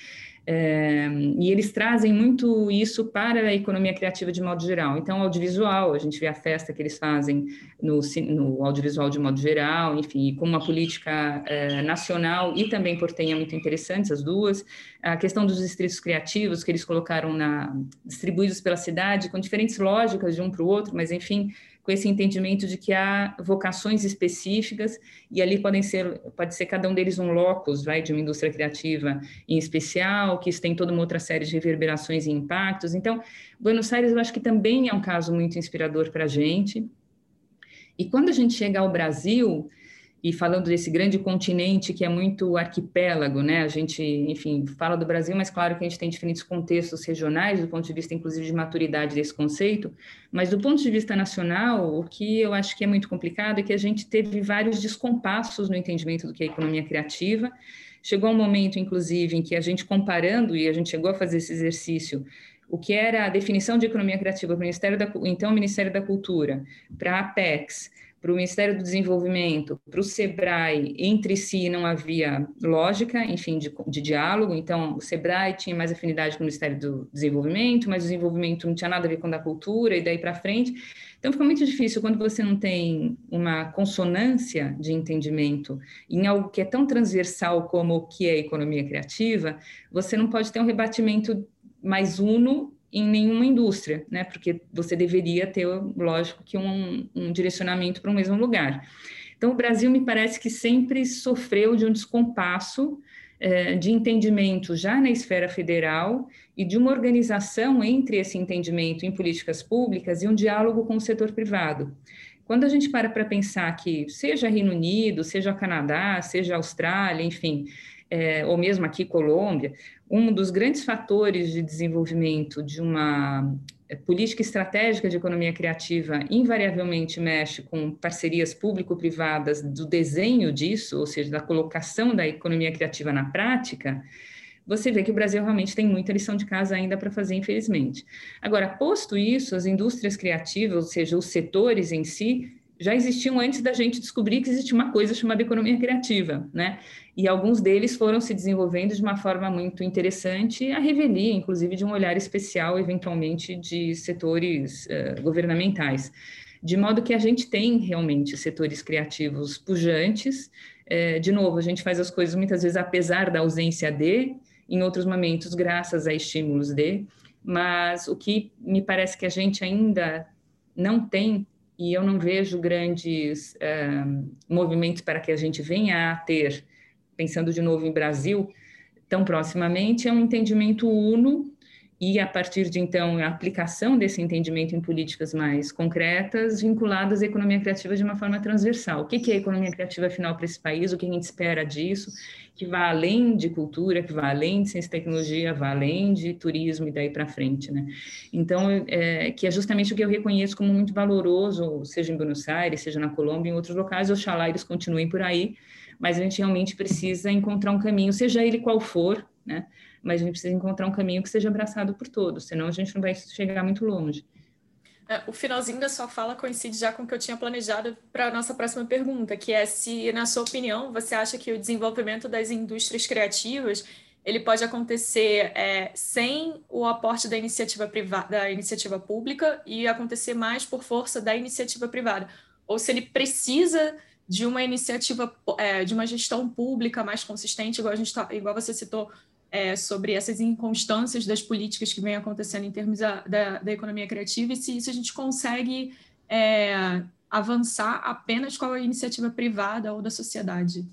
e eles trazem muito isso para a economia criativa de modo geral. Então, audiovisual, a gente vê a festa que eles fazem no audiovisual de modo geral, enfim, com uma política nacional e também portenha muito interessantes, as duas. A questão dos distritos criativos, que eles colocaram distribuídos pela cidade, com diferentes lógicas de um para o outro, mas, enfim, com esse entendimento de que há vocações específicas e ali pode ser cada um deles um locus, de uma indústria criativa em especial, que isso tem toda uma outra série de reverberações e impactos. Então, Buenos Aires eu acho que também é um caso muito inspirador para a gente. E quando a gente chega ao Brasil, e falando desse grande continente que é muito arquipélago, né? A gente, enfim, fala do Brasil, mas claro que a gente tem diferentes contextos regionais, do ponto de vista, inclusive, de maturidade desse conceito, mas do ponto de vista nacional, o que eu acho que é muito complicado é que a gente teve vários descompassos no entendimento do que é economia criativa. Chegou um momento, inclusive, em que a gente comparando, e a gente chegou a fazer esse exercício, o que era a definição de economia criativa para o Ministério da Cultura, para a Apex, para o Ministério do Desenvolvimento, para o SEBRAE, entre si não havia lógica, enfim, de diálogo, então o SEBRAE tinha mais afinidade com o Ministério do Desenvolvimento, mas o desenvolvimento não tinha nada a ver com o da cultura, e daí para frente. Então fica muito difícil quando você não tem uma consonância de entendimento em algo que é tão transversal como o que é economia criativa, você não pode ter um rebatimento mais uno em nenhuma indústria, né? Porque você deveria ter, lógico, que um direcionamento para o mesmo lugar. Então, o Brasil me parece que sempre sofreu de um descompasso de entendimento já na esfera federal e de uma organização entre esse entendimento em políticas públicas e um diálogo com o setor privado. Quando a gente para pensar que, seja Reino Unido, seja Canadá, seja Austrália, enfim, ou mesmo aqui Colômbia, um dos grandes fatores de desenvolvimento de uma política estratégica de economia criativa invariavelmente mexe com parcerias público-privadas do desenho disso, ou seja, da colocação da economia criativa na prática. Você vê que o Brasil realmente tem muita lição de casa ainda para fazer, infelizmente. Agora, posto isso, as indústrias criativas, ou seja, os setores em si, já existiam antes da gente descobrir que existia uma coisa chamada economia criativa, né? E alguns deles foram se desenvolvendo de uma forma muito interessante, a revelia, inclusive, de um olhar especial, eventualmente, de setores governamentais. De modo que a gente tem realmente setores criativos pujantes. De novo, a gente faz as coisas muitas vezes apesar da ausência de, em outros momentos, graças a estímulos de, mas o que me parece que a gente ainda não tem e eu não vejo grandes movimentos para que a gente venha a ter, pensando de novo em Brasil, tão proximamente, é um entendimento uno e, a partir de então, a aplicação desse entendimento em políticas mais concretas, vinculadas à economia criativa de uma forma transversal. O que é a economia criativa, afinal, para esse país? O que a gente espera disso? Que vá além de cultura, que vá além de ciência e tecnologia, vá além de turismo e daí para frente, né? Então, que é justamente o que eu reconheço como muito valoroso, seja em Buenos Aires, seja na Colômbia, em outros locais, oxalá eles continuem por aí, mas a gente realmente precisa encontrar um caminho, seja ele qual for, né? Mas a gente precisa encontrar um caminho que seja abraçado por todos, senão a gente não vai chegar muito longe. O finalzinho da sua fala coincide já com o que eu tinha planejado para a nossa próxima pergunta, que é se, na sua opinião, você acha que o desenvolvimento das indústrias criativas ele pode acontecer sem o aporte da iniciativa privada, da iniciativa pública e acontecer mais por força da iniciativa privada, ou se ele precisa de uma iniciativa, de uma gestão pública mais consistente, igual você citou, sobre essas inconstâncias das políticas que vêm acontecendo em termos da economia criativa e se isso a gente consegue avançar apenas com a iniciativa privada ou da sociedade.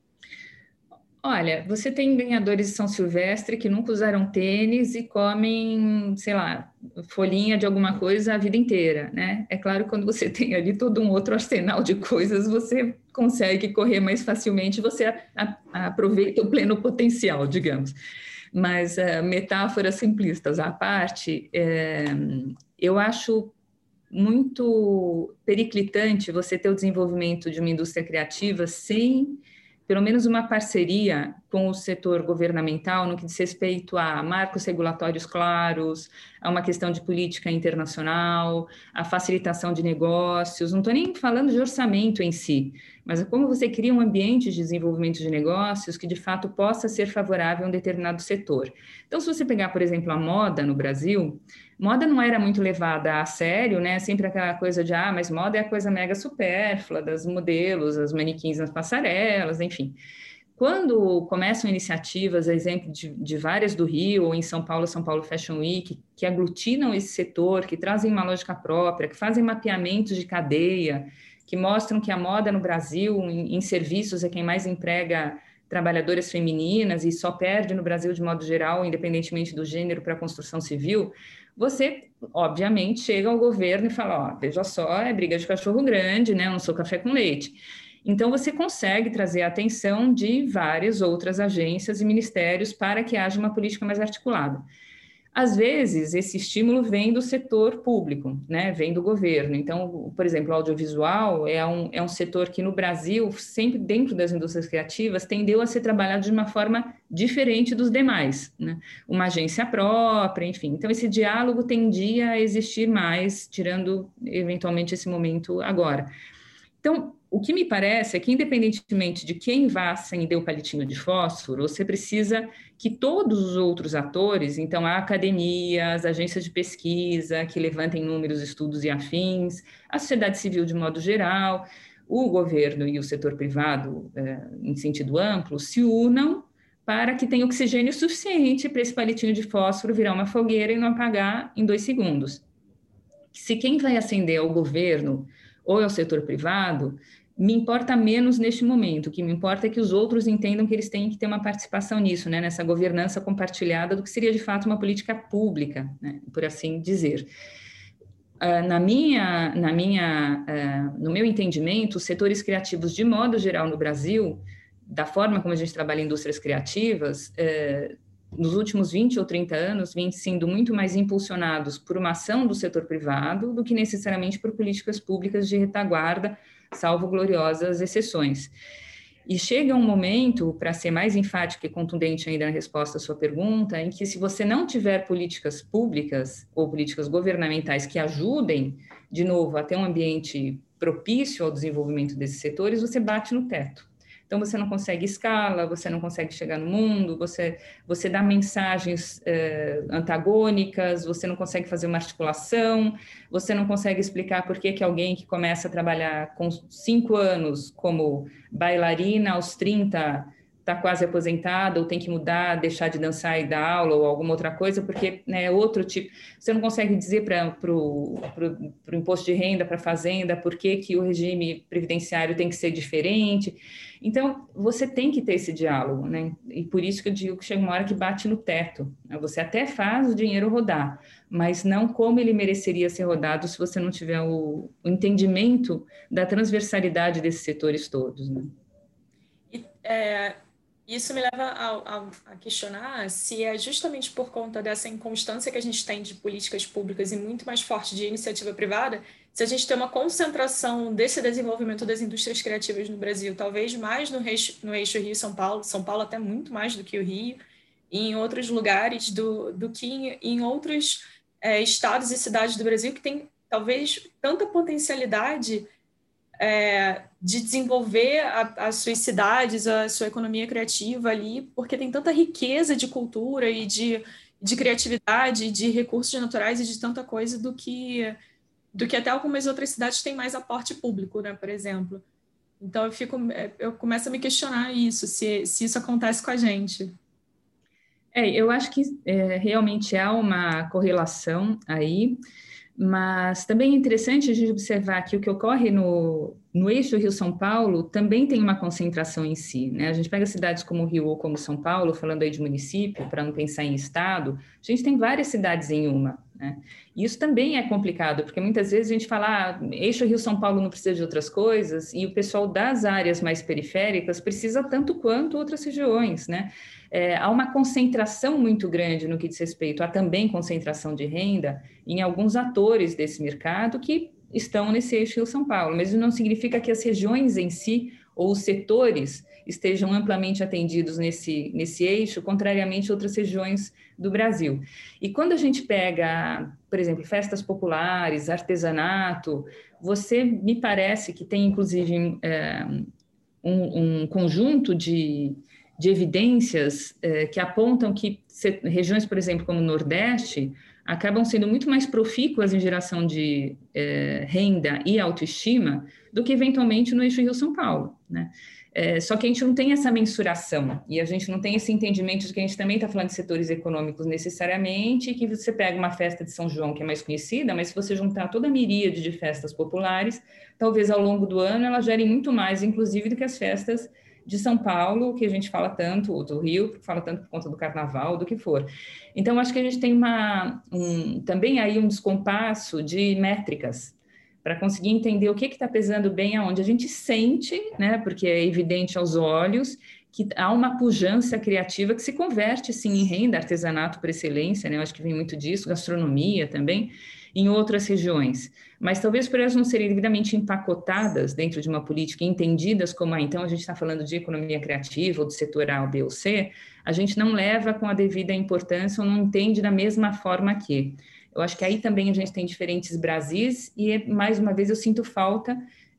Olha, você tem ganhadores de São Silvestre que nunca usaram tênis e comem, sei lá, folhinha de alguma coisa a vida inteira, né? É claro que quando você tem ali todo um outro arsenal de coisas, você consegue correr mais facilmente, você aproveita o pleno potencial, digamos. Mas metáforas simplistas à parte, eu acho muito periclitante você ter o desenvolvimento de uma indústria criativa sem pelo menos uma parceria com o setor governamental no que diz respeito a marcos regulatórios claros, a uma questão de política internacional, a facilitação de negócios. Não estou nem falando de orçamento em si, mas é como você cria um ambiente de desenvolvimento de negócios que, de fato, possa ser favorável a um determinado setor. Então, se você pegar, por exemplo, a moda no Brasil, moda não era muito levada a sério, né? Sempre aquela coisa de, mas moda é a coisa mega supérflua, das modelos, as manequins nas passarelas, enfim. Quando começam iniciativas, a exemplo de várias do Rio, ou em São Paulo Fashion Week, que aglutinam esse setor, que trazem uma lógica própria, que fazem mapeamentos de cadeia, que mostram que a moda no Brasil, em serviços, é quem mais emprega trabalhadoras femininas e só perde no Brasil de modo geral, independentemente do gênero, para a construção civil, você, obviamente, chega ao governo e fala, veja só, é briga de cachorro grande, né? Eu não sou café com leite. Então, você consegue trazer a atenção de várias outras agências e ministérios para que haja uma política mais articulada. Às vezes, esse estímulo vem do setor público, né? Vem do governo. Então, por exemplo, o audiovisual é um setor que, no Brasil, sempre dentro das indústrias criativas, tendeu a ser trabalhado de uma forma diferente dos demais, né? Uma agência própria, enfim. Então, esse diálogo tendia a existir mais, tirando, eventualmente, esse momento agora. Então, o que me parece é que, independentemente de quem vá acender o palitinho de fósforo, você precisa que todos os outros atores, então a academia, as agências de pesquisa, que levantem números, estudos e afins, a sociedade civil de modo geral, o governo e o setor privado, em sentido amplo, se unam para que tenha oxigênio suficiente para esse palitinho de fósforo virar uma fogueira e não apagar em 2 segundos. Se quem vai acender é o governo ou é o setor privado, me importa menos neste momento. O que me importa é que os outros entendam que eles têm que ter uma participação nisso, né, nessa governança compartilhada do que seria, de fato, uma política pública, né, por assim dizer. No meu entendimento, os setores criativos, de modo geral, no Brasil, da forma como a gente trabalha em indústrias criativas, nos últimos 20 ou 30 anos, vêm sendo muito mais impulsionados por uma ação do setor privado do que necessariamente por políticas públicas de retaguarda, salvo gloriosas exceções. E chega um momento, para ser mais enfático e contundente ainda na resposta à sua pergunta, em que se você não tiver políticas públicas ou políticas governamentais que ajudem, de novo, a ter um ambiente propício ao desenvolvimento desses setores, você bate no teto. Então, você não consegue escala, você não consegue chegar no mundo, você dá mensagens antagônicas, você não consegue fazer uma articulação, você não consegue explicar por que alguém que começa a trabalhar com 5 anos como bailarina, aos 30 está quase aposentada ou tem que mudar, deixar de dançar e dar aula ou alguma outra coisa, porque, né, outro tipo, você não consegue dizer para o imposto de renda, para a fazenda, por que que o regime previdenciário tem que ser diferente. Então, você tem que ter esse diálogo, né? E por isso que eu digo que chega uma hora que bate no teto, né? Você até faz o dinheiro rodar, mas não como ele mereceria ser rodado se você não tiver o entendimento da transversalidade desses setores todos, né? E, isso me leva a questionar se é justamente por conta dessa inconstância que a gente tem de políticas públicas e muito mais forte de iniciativa privada, se a gente tem uma concentração desse desenvolvimento das indústrias criativas no Brasil, talvez mais no eixo Rio-São Paulo até muito mais do que o Rio, e em outros lugares do que em outros estados e cidades do Brasil que tem talvez tanta potencialidade de desenvolver as suas cidades, a sua economia criativa ali, porque tem tanta riqueza de cultura e de criatividade, de recursos naturais e de tanta coisa do que até algumas outras cidades têm mais aporte público, né, por exemplo. Então eu começo a me questionar isso, se isso acontece com a gente. Eu acho que realmente há uma correlação aí, mas também é interessante a gente observar que o que ocorre no eixo Rio-São Paulo também tem uma concentração em si, né? A gente pega cidades como Rio ou como São Paulo, falando aí de município, para não pensar em estado, a gente tem várias cidades em uma, né? E isso também é complicado, porque muitas vezes a gente fala, eixo Rio-São Paulo não precisa de outras coisas, e o pessoal das áreas mais periféricas precisa tanto quanto outras regiões, né? Há uma concentração muito grande no que diz respeito a também concentração de renda em alguns atores desse mercado que estão nesse eixo Rio-São Paulo, mas isso não significa que as regiões em si ou os setores estejam amplamente atendidos nesse eixo, contrariamente a outras regiões do Brasil. E quando a gente pega, por exemplo, festas populares, artesanato, você me parece que tem, inclusive, um conjunto de evidências que apontam que regiões, por exemplo, como o Nordeste, acabam sendo muito mais profícuas em geração de renda e autoestima do que, eventualmente, no eixo Rio-São Paulo, né? Só que a gente não tem essa mensuração e a gente não tem esse entendimento de que a gente também está falando de setores econômicos necessariamente, e que você pega uma festa de São João que é mais conhecida, mas se você juntar toda a miríade de festas populares, talvez ao longo do ano ela gere muito mais, inclusive, do que as festas de São Paulo, que a gente fala tanto, ou do Rio, que fala tanto por conta do carnaval, do que for. Então, acho que a gente tem também aí um descompasso de métricas, para conseguir entender o que está pesando bem aonde. A gente sente, né, porque é evidente aos olhos, que há uma pujança criativa que se converte, sim, em renda, artesanato por excelência, né? Eu acho que vem muito disso, gastronomia também, em outras regiões. Mas talvez por elas não serem devidamente empacotadas dentro de uma política, entendidas como, então a gente está falando de economia criativa, ou do setor A, B ou C, a gente não leva com a devida importância ou não entende da mesma forma que. Eu acho que aí também a gente tem diferentes Brasis e, mais uma vez, eu sinto falta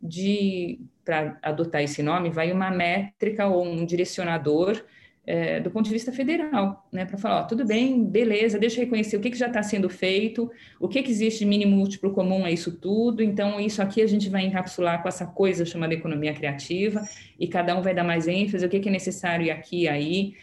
para adotar esse nome, vai uma métrica ou um direcionador do ponto de vista federal, né? Para falar, tudo bem, beleza, deixa eu reconhecer o que já está sendo feito, o que existe de mínimo múltiplo comum a isso tudo, então isso aqui a gente vai encapsular com essa coisa chamada economia criativa, e cada um vai dar mais ênfase, o que é necessário aqui e aí.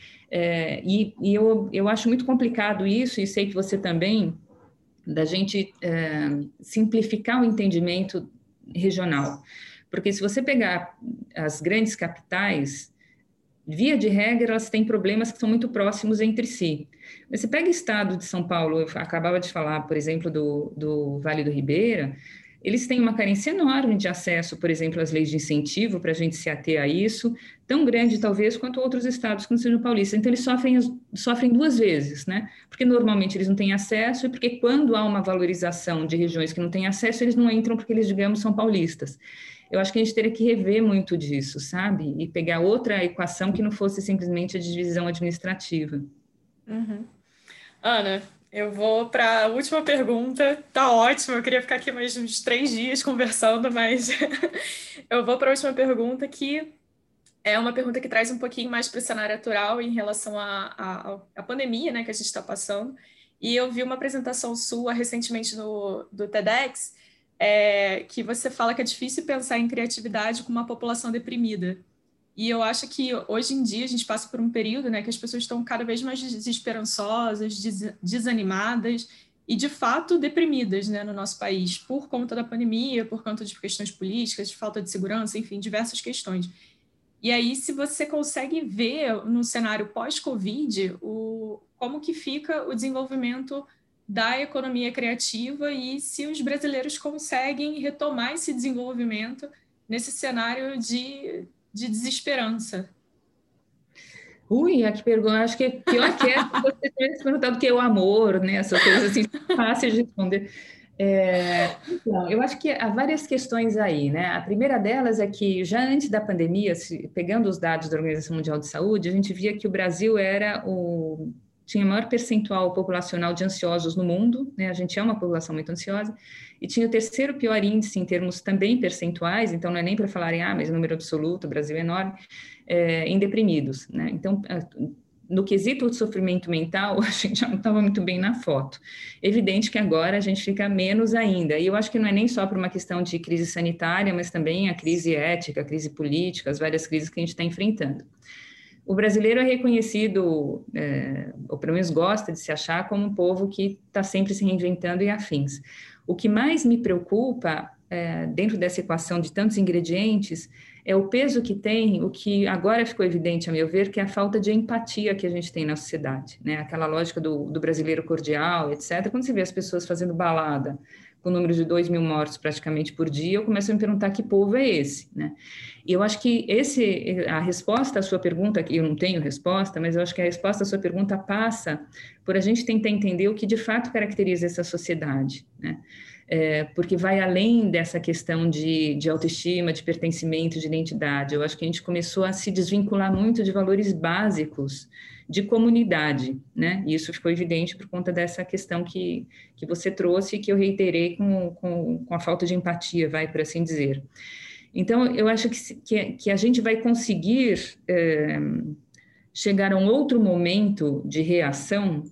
Eu acho muito complicado isso, e sei que você também, da gente simplificar o entendimento regional. Porque se você pegar as grandes capitais, via de regra, elas têm problemas que são muito próximos entre si. Mas você pega o estado de São Paulo, eu acabava de falar, por exemplo, do Vale do Ribeira, eles têm uma carência enorme de acesso, por exemplo, às leis de incentivo, para a gente se ater a isso, tão grande, talvez, quanto outros estados que não sejam paulistas. Então, eles sofrem duas vezes, né? Porque normalmente eles não têm acesso, e porque quando há uma valorização de regiões que não têm acesso, eles não entram porque eles, digamos, são paulistas. Eu acho que a gente teria que rever muito disso, sabe? E pegar outra equação que não fosse simplesmente a divisão administrativa. Uhum. Ana, eu vou para a última pergunta. Tá ótimo, eu queria ficar aqui mais uns 3 dias conversando, mas eu vou para a última pergunta, que é uma pergunta que traz um pouquinho mais para o cenário atual em relação à pandemia, né, que a gente está passando. E eu vi uma apresentação sua recentemente do TEDx, que você fala que é difícil pensar em criatividade com uma população deprimida. E eu acho que hoje em dia a gente passa por um período, né, que as pessoas estão cada vez mais desesperançosas, desanimadas e, de fato, deprimidas, né, no nosso país, por conta da pandemia, por conta de questões políticas, de falta de segurança, enfim, diversas questões. E aí, se você consegue ver no cenário pós-Covid como que fica o desenvolvimento da economia criativa e se os brasileiros conseguem retomar esse desenvolvimento nesse cenário de desesperança. Ui, a que pergunta, acho que pior que essa, você tivesse perguntado o que é o amor, né? Essas coisas assim, fáceis de responder. Então, eu acho que há várias questões aí, né? A primeira delas é que já antes da pandemia, pegando os dados da Organização Mundial de Saúde, a gente via que o Brasil tinha o maior percentual populacional de ansiosos no mundo, né? A gente é uma população muito ansiosa, e tinha o terceiro pior índice em termos também percentuais, então não é nem para falarem, mas o número absoluto, o Brasil é enorme, em deprimidos, né? Então, no quesito de sofrimento mental, a gente já não estava muito bem na foto. Evidente que agora a gente fica menos ainda, e eu acho que não é nem só por uma questão de crise sanitária, mas também a crise ética, a crise política, as várias crises que a gente está enfrentando. O brasileiro é reconhecido, ou pelo menos gosta de se achar como um povo que está sempre se reinventando e afins. O que mais me preocupa, dentro dessa equação de tantos ingredientes, é o peso que tem, o que agora ficou evidente, a meu ver, que é a falta de empatia que a gente tem na sociedade, né? Aquela lógica do brasileiro cordial, etc. Quando você vê as pessoas fazendo balada, com o número de 2.000 mortos praticamente por dia, eu começo a me perguntar que povo é esse, né? E eu acho que a resposta à sua pergunta, eu não tenho resposta, mas eu acho que a resposta à sua pergunta passa por a gente tentar entender o que de fato caracteriza essa sociedade, né? Porque vai além dessa questão de autoestima, de pertencimento, de identidade. Eu acho que a gente começou a se desvincular muito de valores básicos de comunidade, né? E isso ficou evidente por conta dessa questão que você trouxe e que eu reiterei com a falta de empatia, vai, por assim dizer. Então, eu acho que a gente vai conseguir chegar a um outro momento de reação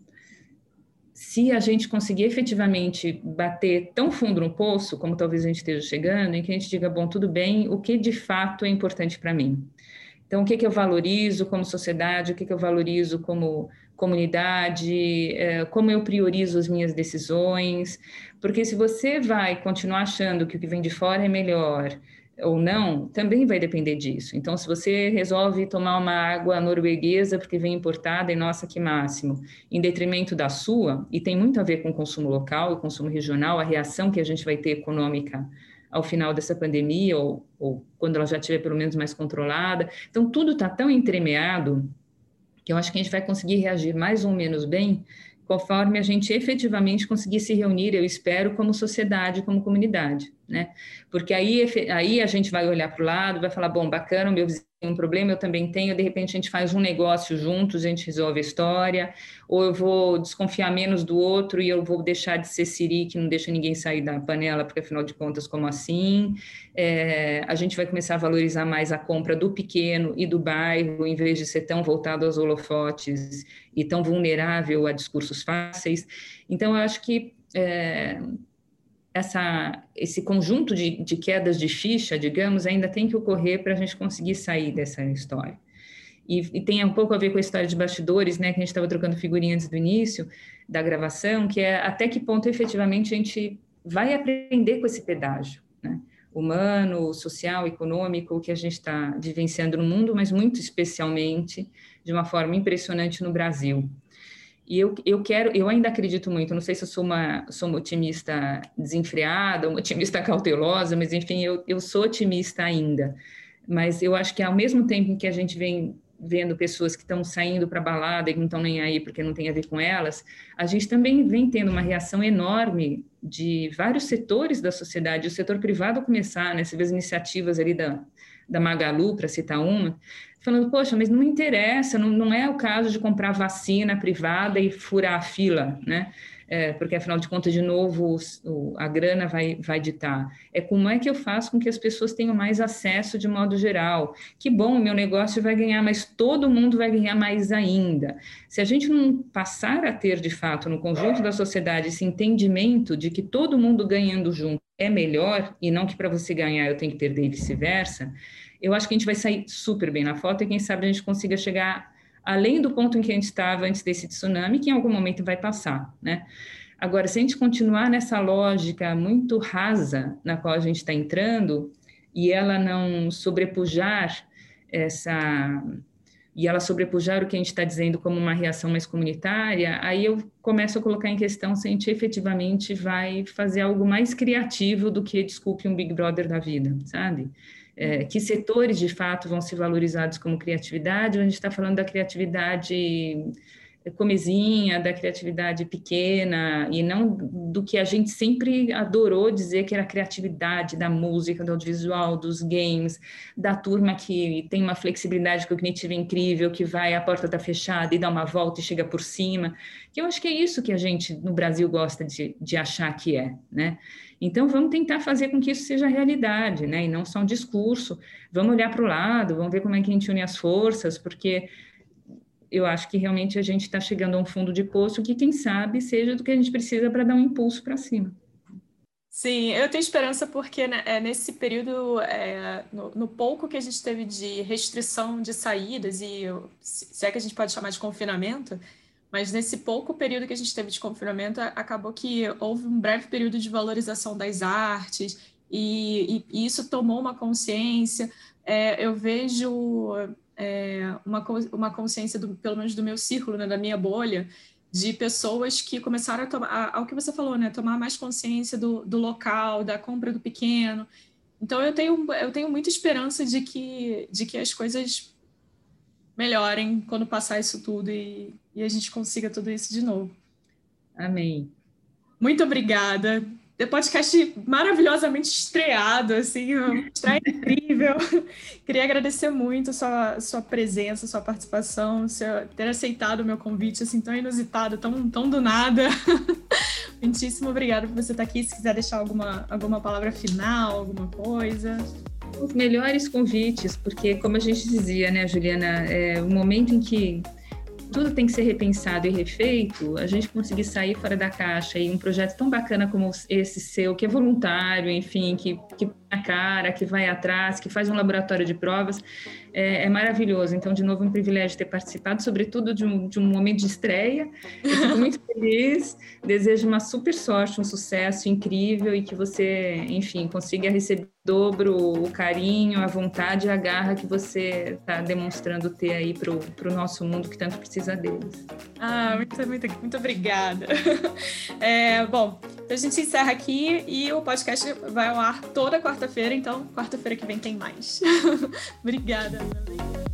se a gente conseguir efetivamente bater tão fundo no poço, como talvez a gente esteja chegando, em que a gente diga, bom, tudo bem, o que de fato é importante para mim? Então, o que eu valorizo como sociedade, o que eu valorizo como comunidade, como eu priorizo as minhas decisões, porque se você vai continuar achando que o que vem de fora é melhor ou não, também vai depender disso. Então, se você resolve tomar uma água norueguesa porque vem importada e nossa, que máximo, em detrimento da sua, e tem muito a ver com o consumo local e consumo regional, a reação que a gente vai ter econômica ao final dessa pandemia, ou quando ela já estiver pelo menos mais controlada. Então, tudo está tão entremeado que eu acho que a gente vai conseguir reagir mais ou menos bem conforme a gente efetivamente conseguir se reunir, eu espero, como sociedade, como comunidade, né? Porque aí a gente vai olhar para o lado, vai falar, bom, bacana, o meu vizinho tem um problema, eu também tenho, de repente a gente faz um negócio juntos, a gente resolve a história, ou eu vou desconfiar menos do outro e eu vou deixar de ser siri, que não deixa ninguém sair da panela, porque afinal de contas, como assim? A gente vai começar a valorizar mais a compra do pequeno e do bairro, em vez de ser tão voltado aos holofotes e tão vulnerável a discursos fáceis. Então, eu acho que esse conjunto de quedas de ficha, digamos, ainda tem que ocorrer para a gente conseguir sair dessa história. E tem um pouco a ver com a história de bastidores, né, que a gente estava trocando figurinha antes do início da gravação, que é até que ponto efetivamente a gente vai aprender com esse pedágio, né, humano, social, econômico, que a gente está vivenciando no mundo, mas muito especialmente de uma forma impressionante no Brasil. E eu ainda acredito muito, não sei se eu sou uma otimista desenfreada, uma otimista cautelosa, mas enfim, eu sou otimista ainda. Mas eu acho que ao mesmo tempo que a gente vem vendo pessoas que estão saindo para a balada e que não estão nem aí porque não tem a ver com elas, a gente também vem tendo uma reação enorme de vários setores da sociedade, o setor privado começar, né? Você vê as iniciativas ali da Magalu, para citar uma, falando, poxa, mas não me interessa, não é o caso de comprar vacina privada e furar a fila, né? Porque, afinal de contas, de novo, a grana vai ditar. Como é que eu faço com que as pessoas tenham mais acesso de modo geral? Que bom, o meu negócio vai ganhar, mas todo mundo vai ganhar mais ainda. Se a gente não passar a ter, de fato, no conjunto da sociedade, esse entendimento de que todo mundo ganhando junto é melhor, e não que para você ganhar eu tenho que perder e vice-versa, eu acho que a gente vai sair super bem na foto e quem sabe a gente consiga chegar além do ponto em que a gente estava antes desse tsunami, que em algum momento vai passar, né? Agora, se a gente continuar nessa lógica muito rasa na qual a gente está entrando, e ela não sobrepujar o que a gente está dizendo como uma reação mais comunitária, aí eu começo a colocar em questão se a gente efetivamente vai fazer algo mais criativo do que, desculpe, um Big Brother da vida, sabe? Que setores, de fato, vão ser valorizados como criatividade, ou a gente está falando da criatividade comezinha, da criatividade pequena, e não do que a gente sempre adorou dizer que era a criatividade da música, do audiovisual, dos games, da turma que tem uma flexibilidade cognitiva incrível, que vai, a porta está fechada e dá uma volta e chega por cima, que eu acho que é isso que a gente no Brasil gosta de achar que é, né? Então, vamos tentar fazer com que isso seja realidade, né? E não só um discurso. Vamos olhar para o lado, vamos ver como é que a gente une as forças, porque eu acho que realmente a gente está chegando a um fundo de poço que, quem sabe, seja do que a gente precisa para dar um impulso para cima. Sim, eu tenho esperança porque, né, nesse período, no pouco que a gente teve de restrição de saídas, e se é que a gente pode chamar de confinamento, mas nesse pouco período que a gente teve de confinamento, acabou que houve um breve período de valorização das artes, e isso tomou uma consciência. Eu vejo uma consciência, pelo menos do meu círculo, né, da minha bolha, de pessoas que começaram a tomar, ao que você falou, né, tomar mais consciência do local, da compra do pequeno. Então, eu tenho muita esperança de que as coisas melhorem quando passar isso tudo e a gente consiga tudo isso de novo. Amém. Muito obrigada. O podcast maravilhosamente estreado, assim, uma estreia incrível. Queria agradecer muito a sua presença, sua participação, ter aceitado o meu convite, assim, tão inusitado, tão do nada. Muitíssimo obrigada por você estar aqui. Se quiser deixar alguma palavra final, alguma coisa. Os melhores convites, porque, como a gente dizia, né, Juliana, o momento em que tudo tem que ser repensado e refeito, a gente conseguir sair fora da caixa e um projeto tão bacana como esse seu, que é voluntário, enfim, que a cara, que vai atrás, que faz um laboratório de provas, é maravilhoso. Então, de novo, um privilégio ter participado, sobretudo de um momento de estreia. Eu fico muito feliz, desejo uma super sorte, um sucesso incrível e que você, enfim, consiga receber dobro o carinho, a vontade e a garra que você está demonstrando ter aí para o nosso mundo que tanto precisa deles. Muito obrigada. Bom, então a gente encerra aqui e o podcast vai ao ar toda quarta-feira, então quarta-feira que vem tem mais. Obrigada.